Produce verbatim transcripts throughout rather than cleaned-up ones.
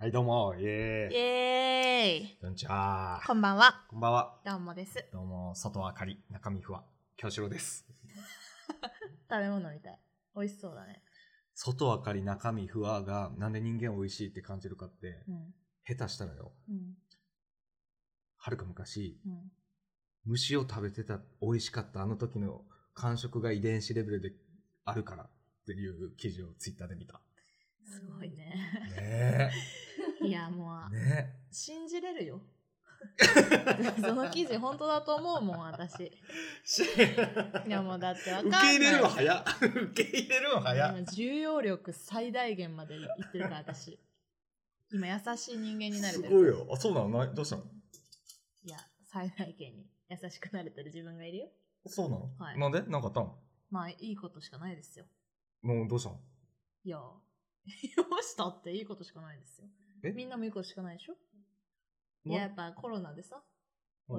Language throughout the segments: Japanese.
はい、どうも、イエーイ。 イエーイ。 こんにちは。 こんばんは。 こんばんは。 どうもです。 どうも、外はカリ、中身ふわ、京志郎です。 食べ物みたい。美味しそうだね。 外はカリ、中身ふわが、なんで人間美味しいって感じるかって、 うん、 下手したらよ、 うん、 はるか昔、 うん、 虫を食べてた、美味しかったあの時の感触が遺伝子レベルであるからっていう記事をツイッターで見た。 すごいね。 ねえ。いや、もう、 ね信じれるよ。その記事本当だと思うもん、私。いや、もうだってわかんない。 受け入れるの早受け入れるの早今重要力最大限まで言ってるから、私。今優しい人間になれてる。 すごいよ。あ、そうなの？どうしたの？ いや、最大限に優しくなれてる自分がいるよ。 そうなの？ はい。 なんで？なんかあったの？ まあ、いいことしかないですよ。 もうどうしたの？ いや、どうしたっていいことしかないですよ。え？みんなもいいことしかないでしょ？いや、やっぱコロナでさ。 うん、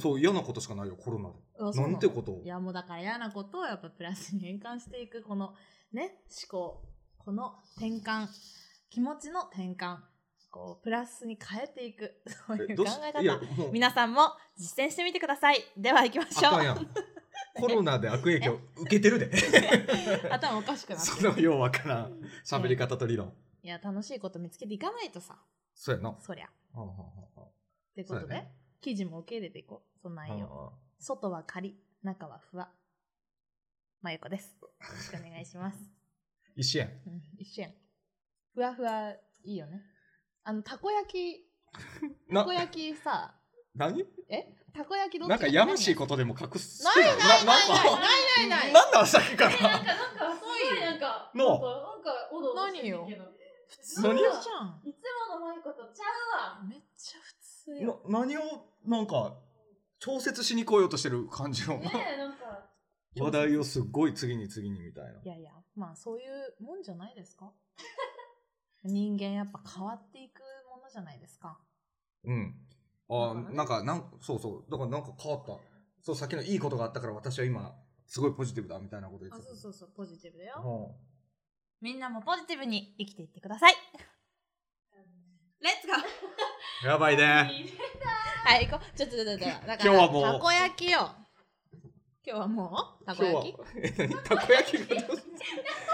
そう、嫌なことしかないよ、コロナで。なんてことを。 いや、もうだから嫌なことをやっぱプラスに変換していく、このね、思考。この転換。気持ちの転換。こう、プラスに変えていく。そういう考え方。皆さんも実践してみてください。では行きましょう。 あかんやん。コロナで悪影響受けてるで。 頭おかしくなってる。 そのようわからん喋り方と理論。 いや、楽しいこと見つけていかないとさ。 そうやな。 そりゃ。 はあはあはあ、 ってことで、ね、記事も受け入れていこう。そんなんよ。はあ、外はカリ、中はふわ。まゆこです。よろしくお願いします。 一緒やん。 うん、一緒やん。ふわふわいいよね。あの、たこ焼き、たこ焼きさ。 何？ え？たこ焼きどっち？ なんかやましいことでも隠す。 ないないないないないない。 なんださっきから。 なんかなんかすごいなんかのなんかおどおどしてるけど。 普通じゃん。いつものマイコとちゃうわ。 めっちゃ普通よ。 な何をなんか調節しに来ようとしてる感じの。 ねえなんか話題をすっごい次に次にみたいな。 いやいや、まあそういうもんじゃないですか。人間やっぱ変わっていくものじゃないですか。 うん。あ、ね、なんかなんそうそうだからなんか変わった。そうさっきのいいことがあったから私は今すごいポジティブだみたいなこと言ってた。 あ、そうそうそうポジティブだよ。 はあ、 みんなもポジティブに生きていってください。レッツゴー。 やばいね。 はい行こう。ちょっとちょっとだから今日はもうたこ焼きよ。今日はもうたこ焼き？ え何たこ焼きがどうした？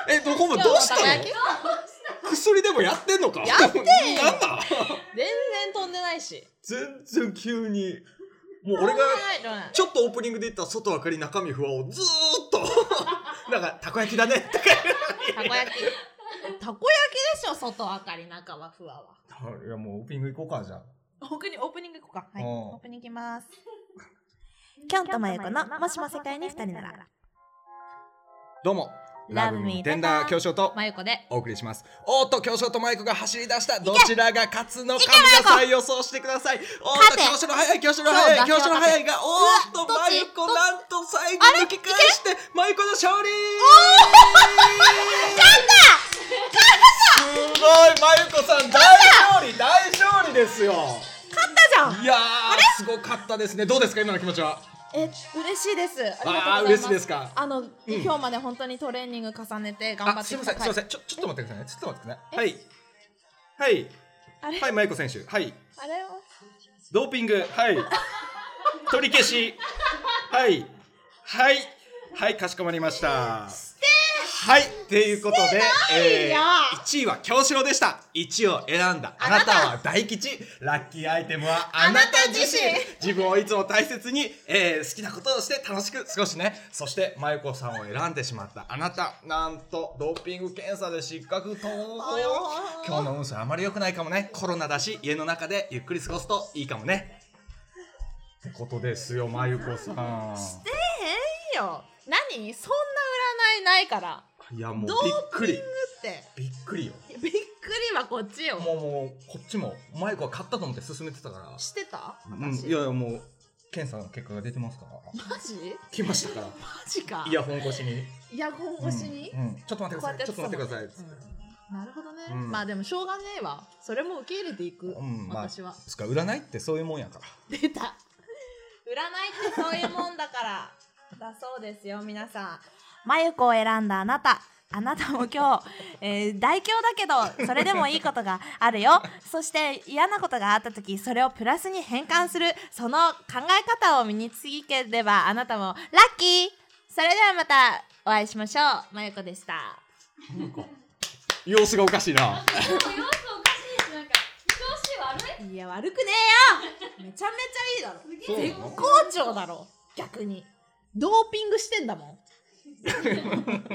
えどこもどうしたの？薬でもやってんのか？ やってんよ。 なんだ？ 全然飛んでないし。 全然急にもう俺がちょっとオープニングで言った外はカリ中身ふわをずーっとなんかたこ焼きだねとかたこ焼きたこ焼きでしょ外はカリ中はふわは。 いやもうオープニング行こうかじゃあ。 オープニングオープニング行こうか。はいオープニング行きます。きょんとまゆこのもしも世界にふたりなら。 どうもラブミーテンダー京翔とまゆこでお送りします。おーっと京翔とまゆこが走り出した。どちらが勝つのか皆さん予想してください。おーっと京翔の速い京翔の速い京翔の速いがおーっとまゆこなんと最後抜き返してまゆこの勝利。 勝ったすごいまゆこさん大勝利大勝利ですよ。 勝ったじゃん。 いやーすごかったですね。どうですか今の気持ちは？ え、嬉しいです。 あー嬉しいですか。 あの、うん、今日まで本当にトレーニング重ねて頑張ってきた。 すみません、すみません、ちょちょっと待ってくださいね。ちょっと待ってくださいね。はいはいはいまゆこ選手はい。 あれはドーピングはい取り消しはいはいはいかしこまりました。はいということで、えー、いちいは京志郎でした。いちいを選んだあなたは大吉。ラッキーアイテムはあなた自身。自分をいつも大切に、えー、好きなことをして楽しく過ごしね。そしてまゆこさんを選んでしまったあなた、なんとドーピング検査で失格と。今日の運勢あまり良くないかもね。コロナだし家の中でゆっくり過ごすといいかもねってことですよまゆこさん。 してへんよ。何そんな占いないから。 いやもうびっくり。 ドーピングってびっくりよ。 びっくりはこっちよ。 もうもうこっちもマイクは買ったと思って進めてたから。 知ってた？ うん、いやいやもう検査の結果が出てますから。 マジ？ 来ましたから。 マジか。 イヤホン越しに。 イヤホン越しに？ うんうん、ちょっと待ってください。ちょっと待ってください。うん、 なるほどね、うん。 まあでもしょうがねえわ。それも受け入れていく。うん、私は。 つか占いってそういうもんやから。 出た。占いってそういうもんだから。だそうですよ皆さん。まゆこを選んだあなた、 あなたも今日、えー、大凶だけどそれでもいいことがあるよ。そして嫌なことがあった時、それをプラスに変換する、その考え方を身につければあなたもラッキー。それではまたお会いしましょう。まゆこでした。 様子がおかしいな。 様子おかしいし、なんか調子悪い。 いや悪くねえよ。めちゃめちゃいいだろ。絶好調だろ。逆にドーピングしてんだもん。ドーピン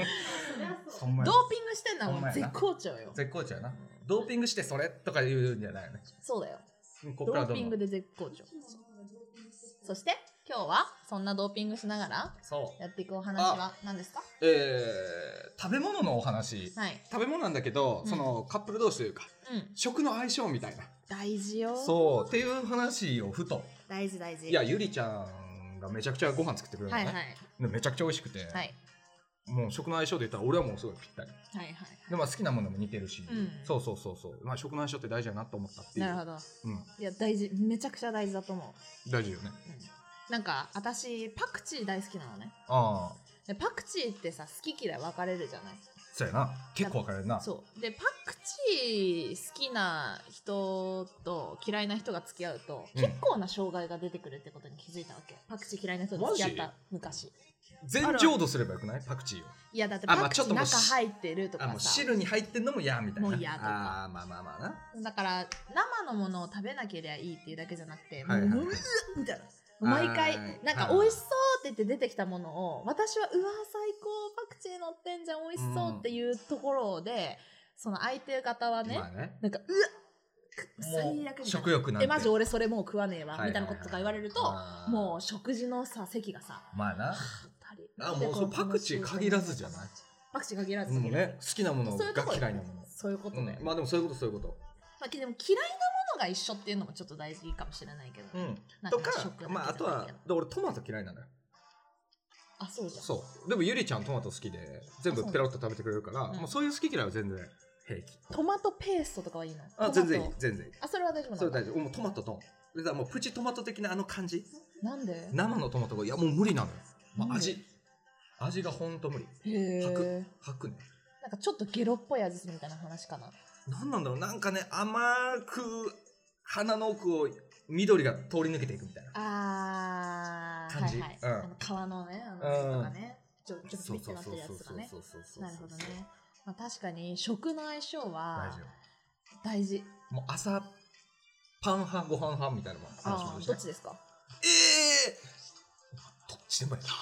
グしてんだもん。絶好調よ。 絶好調やな。ドーピングしてそれとか言うんじゃないよね。 そうだよ。 ここからドーピングで絶好調。そして今日はそんなドーピングしながらやっていくお話は何ですか？ えー、食べ物のお話、 はい、 食べ物なんだけど、うん、そのカップル同士というか、うん、食の相性みたいな。 大事よ。 そうっていう話をふと。 大事大事。 いやゆりちゃんがめちゃくちゃご飯作ってくれるのね、はいはい、めちゃくちゃ美味しくて、はい、もう食の相性で言ったら俺はもうすごいぴったり、はいはいはい、でまあ好きなものも似てるし、うん、そうそうそうそう、まあ、食の相性って大事だなと思ったっていう。 なるほど、うん、いや大事、めちゃくちゃ大事だと思う。 大事よね、 うん、なんか私パクチー大好きなのね。あでパクチーってさ好き嫌い分かれるじゃない。 そうやな、結構分かれるな。 そうでパクチー好きな人と嫌いな人が付き合うと、うん、結構な障害が出てくるってことに気づいたわけ。パクチー嫌いな人と付き合った昔。 全浄土すればよくない？パクチーを。 いやだってパクチー中入ってるとかさ、 あもう汁に入ってんのも嫌みたいな。 もう嫌とか。 あまあまあまあな。 だから生のものを食べなければいいっていうだけじゃなくて、はいはいはい、もううみたいな。毎回なんか美味しそうって言って出てきたものを私はうわ最高パクチー乗ってんじゃん美味しそうっていうところで、うん、その相手方はね、まあね、なんかうわ最悪食欲なんてえマジ俺それもう食わねえわ、はいはいはい、みたいなこととか言われるともう食事のさ席がさまあなあもうそパクチー限らずじゃない。 パクチー限らず、 もうね好きなものが嫌いなものそういうことね、 うん、まあでもそういうことそういうこと、 まあ、でも嫌いなものが一緒っていうのもちょっと大事かもしれないけど、うん、 とかまああとは俺トマト嫌いなのよ。 あそうじゃん。 そうでもゆりちゃんトマト好きで全部ペロッと食べてくれるから、うん、もうそういう好き嫌いは全然平気。 トマトペーストとかはいいの？ あ全然いい全然いい。 あそれは大丈夫なの？ それ大丈夫。もうトマトともうプチトマト的なあの感じ。 なんで？ 生のトマトがいやもう無理なのよ、まあ、味味がほんと無理。へ吐く吐くね。 なんかちょっとゲロっぽい味するみたいな話かな。 なんなんだろう、なんかね甘く鼻の奥を緑が通り抜けていくみたいなあー感じ、はいはい、うん、あの皮のねあのとかね、ちょちょっとピッてなってるやつとかね。なるほどね、まあ、確かに食の相性は大事。 もう朝パン派ご飯派みたいなのも話もあるし、ね、 どっちですか？ ええー、どっちでもいい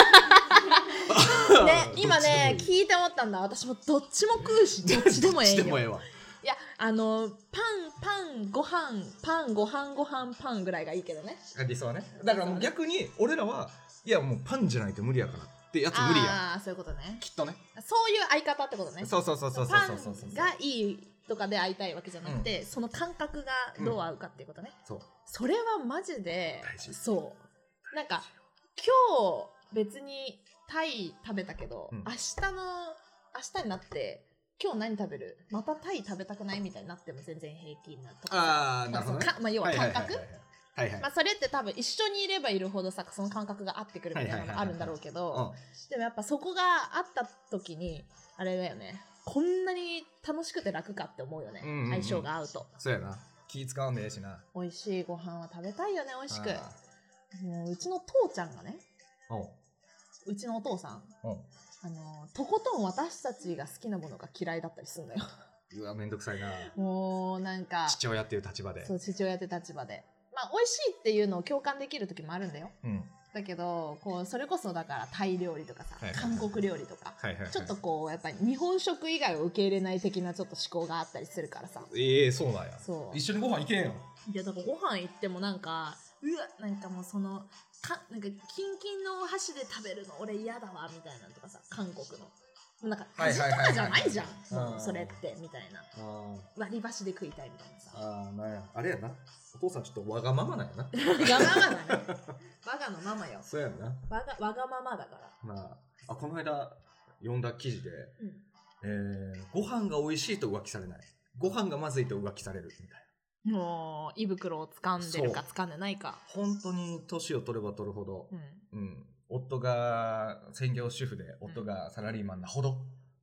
なね、今ね聞いて思ったんだ。私もどっちも食うしどっちでもええよ。どっちでもええわ。いやあのパンパンご飯パンご飯ご飯パンぐらいがいいけどね。 理想はね。だからもう逆に俺らはいやもうパンじゃないと無理やからってやつ無理や。 ああそういうことね。 きっとね。 そういう相方ってことね。 そうそうそうそうそうそうそうそう。 パンがいいとかで会いたいわけじゃなくて、うん、その感覚がどう合うかっていうことね。うん、そう。それはマジでそうなんか今日別にタイ食べたけど、うん、明日の明日になって今日何食べるまたタイ食べたくないみたいになっても全然平気なとか。ああなるほどね。まあ、要は感覚まあそれって多分一緒にいればいるほどさその感覚が合ってくるみたいなのもあるんだろうけど、でもやっぱそこがあった時にあれだよね、こんなに楽しくて楽かって思うよね、うんうんうん、相性が合うと。 そうやな、気使うんでええしな。 美味しいご飯は食べたいよね、美味しく。もううちの父ちゃんがね、うちのお父さんあのとことん私たちが好きなものが嫌いだったりするのよ。 うわめんどくさいな。 もうなんか父親っていう立場で。 そう父親って立場でまあ美味しいっていうのを共感できる時もあるんだよ、うん、だけどこうそれこそだからタイ料理とかさ、はいはいはい、韓国料理とか、はいはいはい、ちょっとこうやっぱり日本食以外を受け入れない的なちょっと思考があったりするからさ。 ええー、そうなんや。そう一緒にご飯行けんよ。 いやだからご飯行ってもなんかうわなんかもうそのかなんかキンキンのお箸で食べるの俺嫌だわみたいなのとかさ、韓国のなんか味とかじゃないじゃん、もうそれってみたいな、割り箸で食いたいみたいなさ。 ああなんやあれやな、お父さんちょっとわがままなんやな。わがままだね。我がのママよ。 そうやんな。 わがわがままだから。 まああこの間読んだ記事で、うんえー、ご飯が美味しいと浮気されない、ご飯がまずいと浮気されるみたいな。 もう胃袋を掴んでるか掴んでないか。 本当に年を取れば取るほど、うんうん、夫が専業主婦で夫がサラリーマンなほど、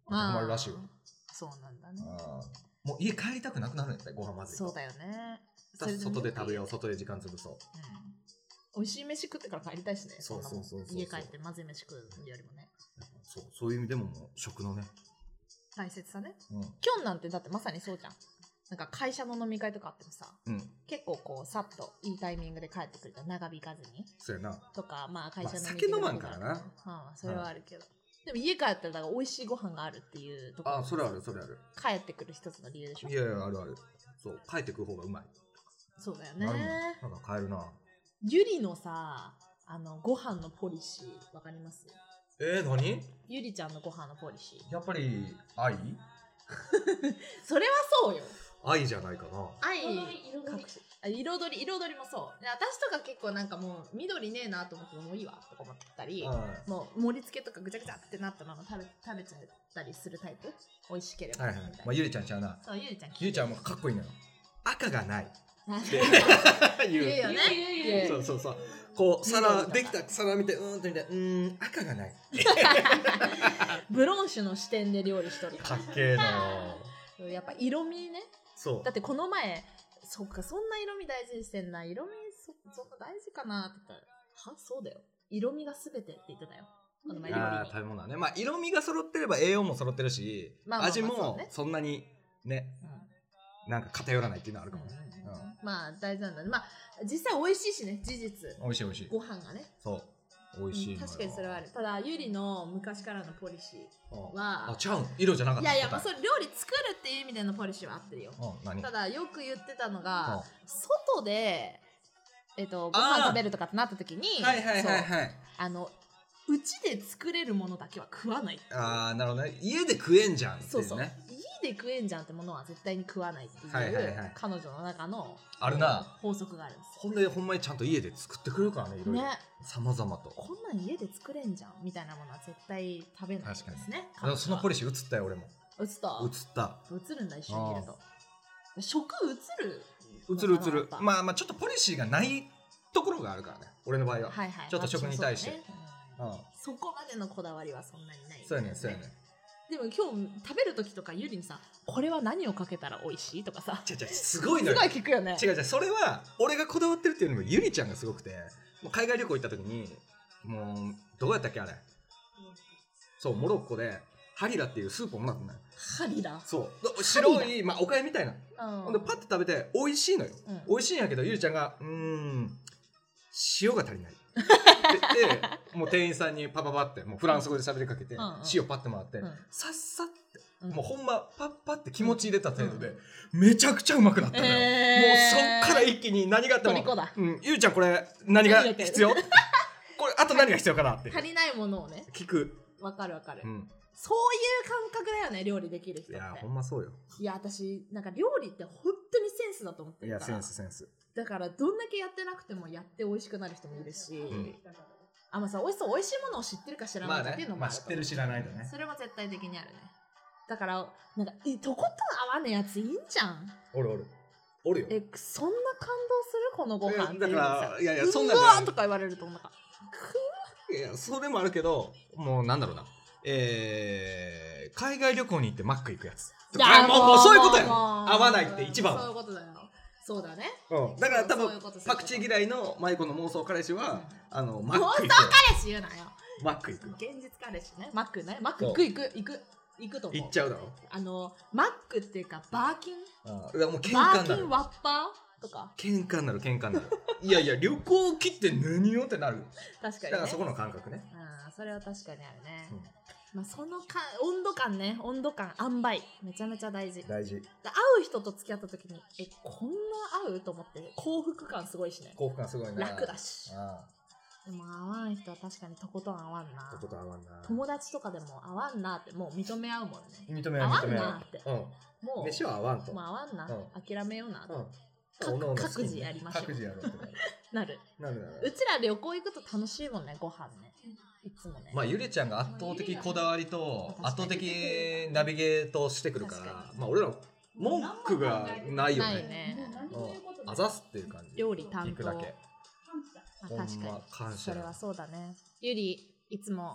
当てはまるらしいよ。 そうなんだね。 もう家帰りたくなくなるんやったご飯まずい。 そうだよね。 外で食べよう、外で時間潰そう。 美味しい飯食ってから帰りたいしね。 そうそうそう。 家帰ってまずい飯食うよりもね。 そう、そういう意味でももう食のね。 大切さね。きょんなんてだってまさにそうじゃん。なんか会社の飲み会とかあってもさ、結構こうさっといいタイミングで帰ってくると長引かずに。 そうやな。 とか、まあ会社の酒飲まんからな。 まあそれはあるけど。でも家帰ったらだから美味しいご飯があるっていうところ。 あ、それあるそれある。 帰ってくる一つの理由でしょ。 いやいやあるある。そう、帰ってくる方がうまい。 そうだよね。 なんか帰るな。 ゆりのさ、あのご飯のポリシーわかります？ えー、何？ ゆりちゃんのご飯のポリシー。 やっぱり愛？ それはそうよ。 愛じゃないかな。 愛、彩り、彩り、彩りもそう。で私とか結構なんかもう緑ねえなと思ってもういいわとか思ったり、もう盛り付けとかぐちゃぐちゃってなったまま食べ食べちゃったりするタイプ。美味しければ。 はいはい。まあゆりちゃんちゃうな。 そうゆりちゃん。 ゆりちゃんもかっこいいのよ。赤がない。 言うよね。 そうそうそう。こう皿できた皿見てうーんと見てうーん赤がない。 ブロンシュの視点で料理しとる。 かっけーのよ。やっぱ色味ね。 そう。 だってこの前そっかそんな色味大事にしてんな。色味 そ, そんな大事かなって言ったらはそうだよ。色味がすべてって言ってたよ。この前料理に。 ああ食べ物はね。まあ色味が揃ってれば栄養も揃ってるし、まあまあまあ味もそんなにね、うん、なんか偏らないっていうのはあるかもね。うんうん、 まあ大事なんだね。まあ実際美味しいしね、事実。 美味しい美味しい。 ご飯がね。 そう。美味しい、うん。 確かにそれはある。ただゆりの昔からのポリシーは、 あ、ちゃうん。色じゃなかった。 いやいや、まあそれ料理作るっていう意味でのポリシーは合ってるよ。何？ただよく言ってたのが、外でえっとご飯食べるとかってなった時に、 はいはいはいはい。 あのうちで作れるものだけは食わない。 ああなるほどね。家で食えんじゃんっていうね。そうそう。 家で食えんじゃんってものは絶対に食わないっていう、はいはいはい、彼女の中のあるな法則があるんです。 ほんでほんまにちゃんと家で作ってくれるからね、いろいろさまざまと。 こんなん家で作れんじゃんみたいなものは絶対食べないですね。 確かに。そのポリシー映ったよ俺も。 映った？ 映った。 映るんだ一緒にいると。食映る？ 映る映る。まあまあちょっとポリシーがないところがあるからね。俺の場合は。 はいはい。 ちょっと食に対して。 そこまでのこだわりはそんなにない、ね。 そうやねそうやね。 でも今日食べる時とかゆりにさ、これは何をかけたら美味しいとかさ、 違う違うすごいのよ。 すごい聞くよね。 違う違うそれは俺がこだわってるっていうのもゆりちゃんがすごくて、もう海外旅行行った時にもうどうやったっけあれ、そうモロッコでハリラっていうスープをもらったのよ。 ハリラ？ そう白いまあおかゆみたいな。ほんでパッて食べて美味しいのよ。うん、美味しいんやけどゆりちゃんがうーん塩が足りない。でもう店員さんにパパパってもうフランス語で喋りかけて、うんうん、塩パッてもらって、うん、さっさって、うん、もうほんまパッパって気持ち入れた程度で、うん、めちゃくちゃうまくなったのよ、えー、もうそっから一気に何があっても、うん、ゆうちゃんこれ何が必要これあと何が必要かなって足りないものをね聞く。 わかるわかる、うん、そういう感覚だよね料理できる人って。 いやほんまそうよ。 いや私なんか料理って本当にセンスだと思ってるから。いやセンスセンスだからどんだけやってなくてもやって美味しくなる人もいるし、うん、あ、まあさ、美味しそう、美味しいものを知ってるか知らないかっていうのもある、 まあね、まあ知ってる知らないとね。 それも絶対的にあるね。だからなんかえとことん合わねえやついいんじゃん。 おるおるおるよ。 えそんな感動するこのご飯っていうのさ。 だからいやいやそんなうわーとか言われるとなんかいやそれもあるけどもうなんだろうな、えー、海外旅行に行ってマック行くやつ。いやもうもうそういうことや。合わないって一番。 そういうことだよ。そうだね、 うん、だから多分パクチー嫌いのマイコの妄想彼氏は、うん、あのマック行く。 妄想彼氏言うなよ。 マック行く。 現実彼氏ね。マックね。マック行く行く行く行くと思う。 行っちゃうだろ。 あのマックっていうかバーキン。 ああ、もう喧嘩にバなる。 ーキンワッパーとか。 喧嘩になる喧嘩になる。いやいや旅行切って何よってなる。 確かに、ね。 だからそこの感覚ね。 ああそれは確かにあるね。うんまあ、そのか温度感ね温度感塩梅めちゃめちゃ大事大事。 会う人と付き合った時にえこんな合うと思って幸福感すごいしね。 幸福感すごいな。 楽だし。ああでも合わん人は確かにとことん合わんな。 とことん合わんな。 友達とかでも合わんなってもう認め合うもんね。 認め合う認め合う。合わんなって、 うん、もう飯は合わんと。 もう合わんな、うん、諦めようなと、 うん、 各, 各自やりましょう。 各自やろうってなるなるなる。 うちら旅行行くと楽しいもんねご飯ね。いつもね。 まあゆりちゃんが圧倒的こだわりと圧倒的ナビゲートしてくるから、まあ俺ら文句がないよね。ないね。あざすっていう感じ。 料理担当。 行くだけ。 確かに。それはそうだね。ゆりいつも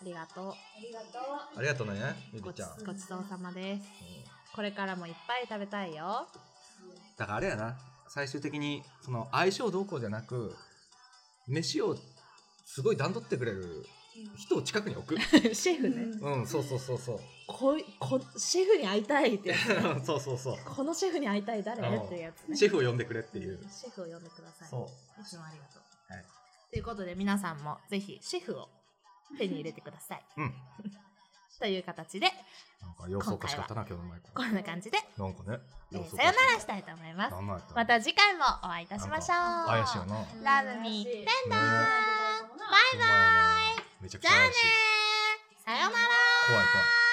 ありがとう。 ありがとう。 ありがとうね、ゆごちりちゃん。 ごちそうさまです。これからもいっぱい食べたいよ。 だからあれやな、最終的にその相性どうこうじゃなく、飯をすごい段取ってくれる人を近くに置く。 シェフね。 うん、そうそうそうそう。 ここシェフに会いたいってやつ、ね、 そうそうそう。 このシェフに会いたい誰っていうやつね。 シェフを呼んでくれっていう。 シェフを呼んでください。 そう。 いつもありがとう。 はい。 ということで皆さんもぜひシェフを手に入れてください。 うん。 という形で、 なんか様子おかしかったな今日のマイク。 こんな感じで、 なんかね。 えー、さよならしたいと思います。また次回もお会いいたしましょう。 怪しいよな。 ラブミーテンダー。バイバイ。 めちゃくちゃ怪しい。 じゃあねー。さよなら。 怖い怖い。